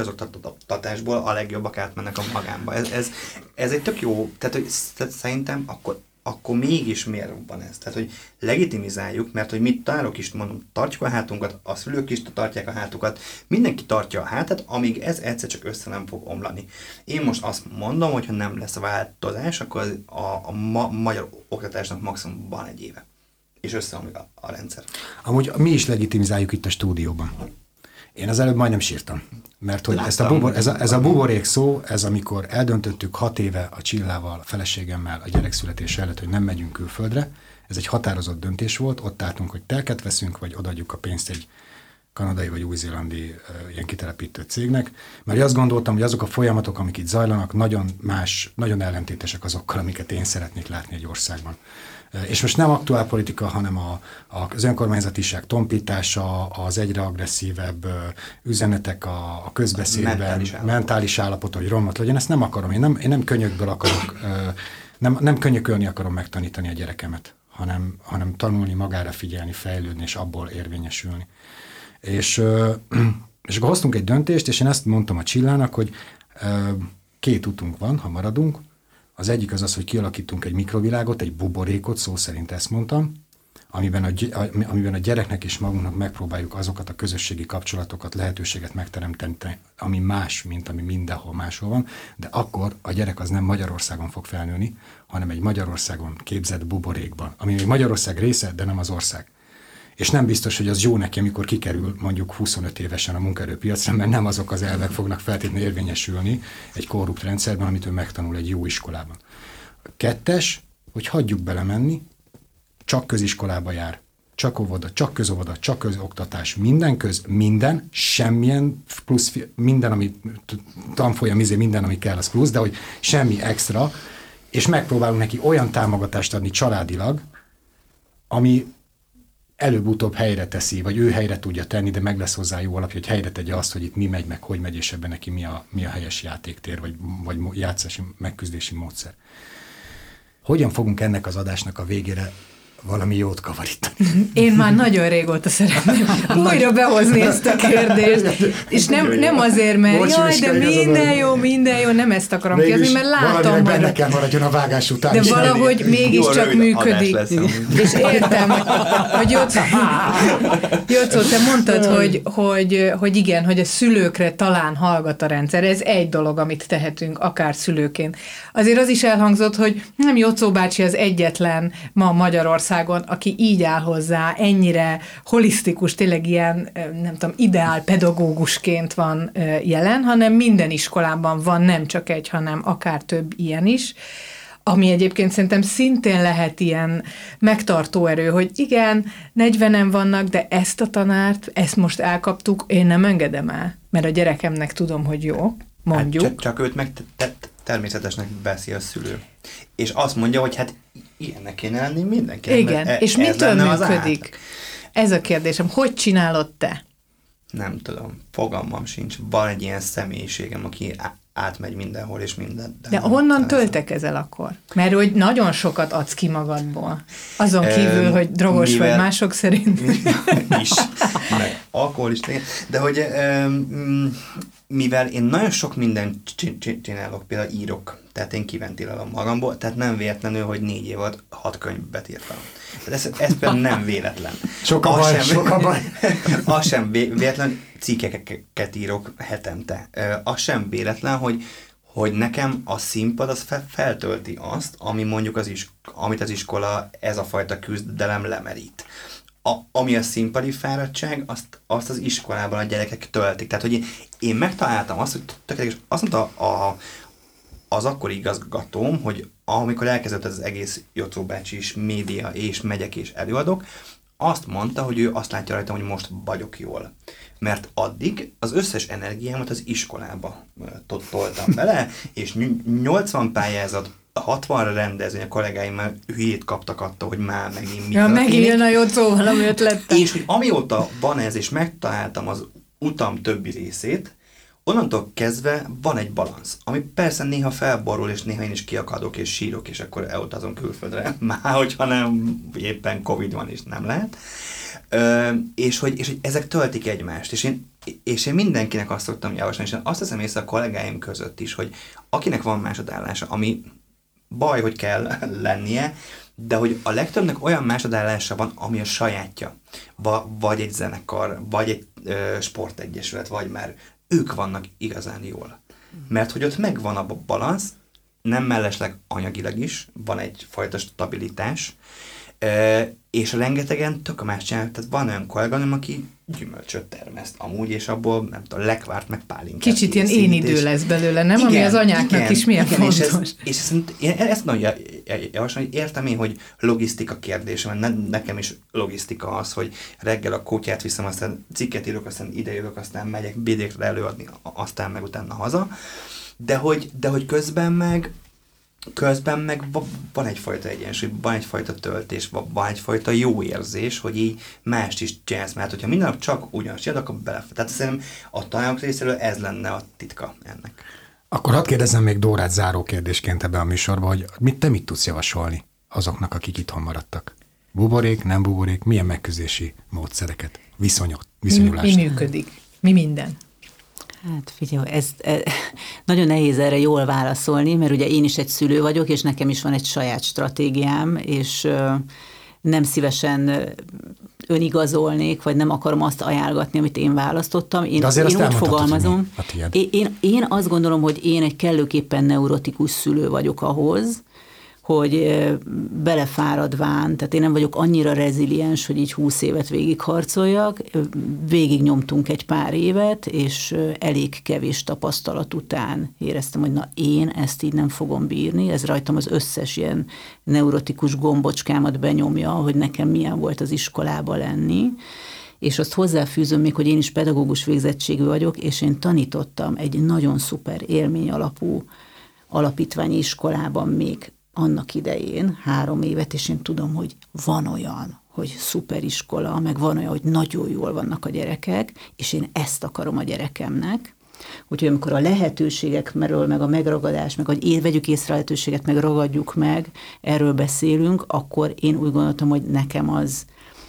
közoktatásból a legjobbak átmennek a magánba. Ez egy tök jó, tehát hogy szerintem akkor mégis miért van ez? Tehát, hogy legitimizáljuk, mert hogy mit tanárok is mondom, tartjuk a hátunkat, a szülők is tartják a hátukat, mindenki tartja a hátát, amíg ez egyszer csak össze nem fog omlani. Én most azt mondom, hogy ha nem lesz változás, akkor a magyar oktatásnak maximum van egy éve. És összeomlik a rendszer. Amúgy mi is legitimizáljuk itt a stúdióban. Én az előbb majdnem sírtam, mert hogy ez a buborék szó, ez amikor eldöntöttük 6 éve a Csillával, a feleségemmel a gyerekszületés előtt, hogy nem megyünk külföldre, ez egy határozott döntés volt, ott álltunk, hogy telket veszünk, vagy odaadjuk a pénzt egy kanadai vagy új-zélandi ilyen kitelepítő cégnek, mert azt gondoltam, hogy azok a folyamatok, amik itt zajlanak, nagyon más, nagyon ellentétesek azokkal, amiket én szeretnék látni egy országban. És most nem aktuálpolitika, hanem az önkormányzatiság tompítása, az egyre agresszívebb üzenetek a közbeszédben, mentális állapot, hogy romlott legyen, ezt nem akarom. Én nem könyökből akarok, nem könyökölni akarom megtanítani a gyerekemet, hanem tanulni, magára figyelni, fejlődni, és abból érvényesülni. És akkor hoztunk egy döntést, és én ezt mondtam a Csillának, hogy 2 utunk van, ha maradunk. Az egyik az, hogy kialakítunk egy mikrovilágot, egy buborékot, szó szerint ezt mondtam, amiben a gyereknek és magunknak megpróbáljuk azokat a közösségi kapcsolatokat, lehetőséget megteremteni, ami más, mint ami mindenhol máshol van, de akkor a gyerek az nem Magyarországon fog felnőni, hanem egy Magyarországon képzett buborékban, ami még Magyarország része, de nem az ország. És nem biztos, hogy az jó neki, amikor kikerül mondjuk 25 évesen a munkaerőpiacra, mert nem azok az elvek fognak feltétlenül érvényesülni egy korrupt rendszerben, amit ő megtanul egy jó iskolában. A 2, hogy hagyjuk belemenni, csak köziskolába jár, csak óvoda, csak közóvoda, csak közoktatás, minden, semmilyen plusz, minden, ami tanfolyam, minden, ami kell, az plusz, de hogy semmi extra, és megpróbálunk neki olyan támogatást adni családilag, ami előbb-utóbb helyre teszi, vagy ő helyre tudja tenni, de meg lesz hozzá jó alapja, hogy helyre tegye azt, hogy itt mi megy, meg hogy megy, és ebben neki mi a helyes játéktér, vagy játszási, megküzdési módszer. Hogyan fogunk ennek az adásnak a végére valami jót kavarítani? Én már nagyon régóta szeretném újra behozni ezt a kérdést, és nem azért, mert jaj, de minden jó, nem ezt akarom kérdezni, mert látom, hogy benne kell maradjon a vágás után. De valahogy mégiscsak működik. És értem, hogy Jocó, te mondtad, hogy igen, hogy a szülőkre talán hallgat a rendszer. Ez egy dolog, amit tehetünk, akár szülőként. Azért az is elhangzott, hogy nem Jocó bácsi az egyetlen ma Magyarországon, aki így áll hozzá, ennyire holisztikus, tényleg ilyen, nem tudom, ideál pedagógusként van jelen, hanem minden iskolában van, nem csak egy, hanem akár több ilyen is, ami egyébként szerintem szintén lehet ilyen megtartó erő, hogy igen, 40-en vannak, de ezt a tanárt, ezt most elkaptuk, én nem engedem el, mert a gyerekemnek tudom, hogy jó, mondjuk. Hát csak őt meg természetesnek veszi a szülő. És azt mondja, hogy hát ilyennek kéne lenni mindenkinek. Igen, és mitől működik? Ez a kérdésem, hogy csinálod te? Nem tudom, fogalmam sincs. Van egy ilyen személyiségem, aki átmegy mindenhol és mindent. De honnan töltekezel akkor? Mert hogy nagyon sokat adsz ki magadból. Azon kívül, hogy drogos vagy mások szerint. Is. Meg alkoholista. De hogy mivel én nagyon sok mindent csinálok, például írok, tehát én kiventilálom magamból, tehát nem véletlenül, hogy 4 év alatt 6 könyvet írtam. Tehát ez például nem véletlen. Sok a baj. Az sem véletlen, cikkeket írok hetente. Az sem véletlen, hogy nekem a színpad az feltölti azt, ami mondjuk amit az iskola ez a fajta küzdelem lemerít. Ami a színpadi fáradtság, azt az iskolában a gyerekek töltik. Tehát, hogy én megtaláltam azt, hogy tökéletes, azt mondta az akkori igazgatóm, hogy amikor elkezdett az egész Jocó bácsi is média, és megyek és előadok, azt mondta, hogy ő azt látja rajtam, hogy most vagyok jól. Mert addig az összes energiámat az iskolába toltam bele, és 80 pályázat, 60-ra rendezvény, a kollégáimmal hülyét kaptak attól, hogy már megint mit megint jön a Jocó valami ötlete. És hogy amióta van ez, és megtaláltam az utam többi részét, onnantól kezdve van egy balansz, ami persze néha felborul, és néha én is kiakadok, és sírok, és akkor elutazom külföldre, már hogyha nem éppen Covid van, és nem lehet. És hogy ezek töltik egymást, és én mindenkinek azt szoktam javasolni, és azt hiszem észre a kollégáim között is, hogy akinek van másodállása, ami baj, hogy kell lennie, de hogy a legtöbbnek olyan másodállása van, ami a sajátja. Vagy egy zenekar, vagy egy sportegyesület, vagy már ők vannak igazán jól. Mert hogy ott megvan a balansz, nem mellesleg anyagilag is, van egyfajta stabilitás, és rengetegen tök más csinálnak. Tehát van olyan kolléganőm, aki gyümölcsöt termeszt amúgy, és abból, nem tudom, lekvárt, meg pálinkát. Kicsit ilyen én idő lesz belőle, nem? Igen, ami az anyáknak is milyen fontos. És ezt nagyon javaslom, hogy értem én, hogy logisztika kérdés, mert nekem is logisztika az, hogy reggel a kutyát viszem, aztán cikket írok, aztán idejövök, aztán megyek BD-kre előadni, aztán meg utána haza. De hogy közben meg van egyfajta egyensúly, van egyfajta töltés, van egyfajta jó érzés, hogy így mást is csinálsz, mert hogyha minden nap csak ugyanazt csinálod, akkor belefele. Tehát szerintem a tanárok részéről ez lenne a titka ennek. Akkor hadd kérdezzem még Dórát záró kérdésként ebben a műsorban, hogy te mit tudsz javasolni azoknak, akik itthon maradtak? Buborék, nem buborék, milyen megküzdési módszereket, viszonyulást? Mi működik? Mi minden? Hát figyelj, ez nagyon nehéz erre jól válaszolni, mert ugye én is egy szülő vagyok, és nekem is van egy saját stratégiám, és nem szívesen önigazolnék, vagy nem akarom azt ajánlgatni, amit én választottam. Én úgy fogalmazom. Én azt gondolom, hogy én egy kellőképpen neurotikus szülő vagyok ahhoz, hogy belefáradván, tehát én nem vagyok annyira reziliens, hogy így 20 évet végigharcoljak, végig nyomtunk egy pár évet, és elég kevés tapasztalat után éreztem, hogy na én ezt így nem fogom bírni, ez rajtam az összes ilyen neurotikus gombocskámat benyomja, hogy nekem milyen volt az iskolában lenni, és azt hozzáfűzöm még, hogy én is pedagógus végzettségű vagyok, és én tanítottam egy nagyon szuper élmény alapú alapítványi iskolában még annak idején 3 évet, és én tudom, hogy van olyan, hogy szuperiskola, meg van olyan, hogy nagyon jól vannak a gyerekek, és én ezt akarom a gyerekemnek. Úgyhogy amikor a lehetőségekről, meg a megragadás, meg hogy vegyük észre a lehetőséget, meg ragadjuk meg, erről beszélünk, akkor én úgy gondoltam, hogy nekem az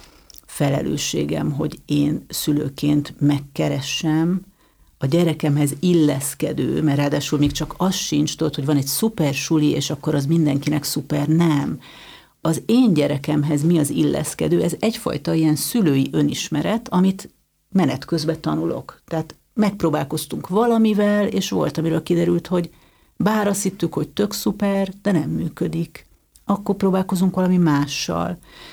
felelősségem, hogy én szülőként megkeressem a gyerekemhez illeszkedő, mert ráadásul még csak az sincs, tudod, hogy van egy szuper suli, és akkor az mindenkinek szuper, nem. Az én gyerekemhez mi az illeszkedő? Ez egyfajta ilyen szülői önismeret, amit menet közben tanulok. Tehát megpróbálkoztunk valamivel, és volt, amiről kiderült, hogy bár azt hittük, hogy tök szuper, de nem működik. Akkor próbálkozunk valami mással.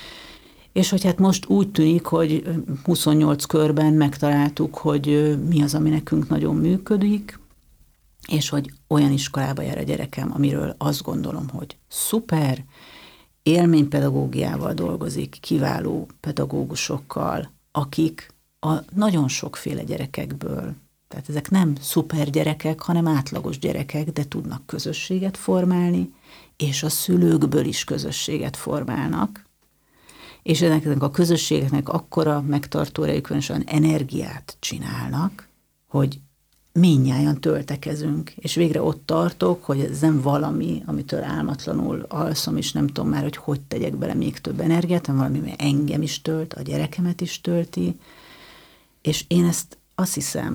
És hogy hát most úgy tűnik, hogy 28 körben megtaláltuk, hogy mi az, ami nekünk nagyon működik, és hogy olyan iskolába jár a gyerekem, amiről azt gondolom, hogy szuper, élménypedagógiával dolgozik, kiváló pedagógusokkal, akik a nagyon sokféle gyerekekből, tehát ezek nem szuper gyerekek, hanem átlagos gyerekek, de tudnak közösséget formálni, és a szülőkből is közösséget formálnak, és ennek a közösségeknek akkora megtartó erejük van, és olyan energiát csinálnak, hogy mindnyájan töltekezünk, és végre ott tartok, hogy ez nem valami, amitől álmatlanul alszom, és nem tudom már, hogy tegyek bele még több energiát, hanem valami, ami engem is tölt, a gyerekemet is tölti, és én ezt azt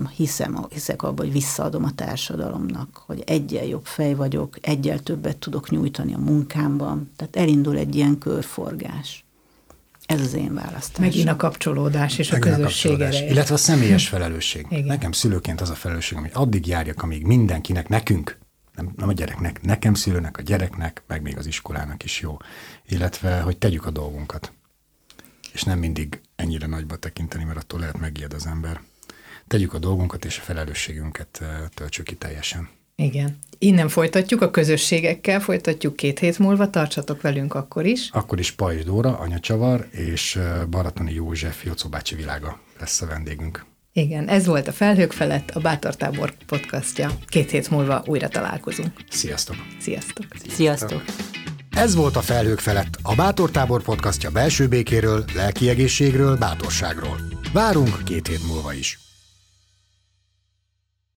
hiszek abban, hogy visszaadom a társadalomnak, hogy egyel jobb fej vagyok, egyel többet tudok nyújtani a munkámban, tehát elindul egy ilyen körforgás. Ez az én választásom. Megint a kapcsolódás és a közösség ereje. Illetve a személyes felelősség. Igen. Nekem szülőként az a felelősség, hogy addig járjak, amíg mindenkinek, nekünk, nem a gyereknek, nekem szülőnek, a gyereknek, meg még az iskolának is jó. Illetve, hogy tegyük a dolgunkat. És nem mindig ennyire nagyba tekinteni, mert attól lehet megijed az ember. Tegyük a dolgunkat, és a felelősségünket töltsük ki teljesen. Igen. Innen folytatjuk, a közösségekkel folytatjuk 2 hét múlva, tartsatok velünk akkor is. Akkor is Pajzs Dóra, anyacsavar, és Baratoni József, Jocó bácsi világa lesz a vendégünk. Igen, ez volt a Felhők felett, a Bátortábor podcastja. 2 hét múlva újra találkozunk. Sziasztok! Sziasztok! Sziasztok! Ez volt a Felhők felett, a Bátortábor podcastja belső békéről, lelki egészségről, bátorságról. Várunk 2 hét múlva is.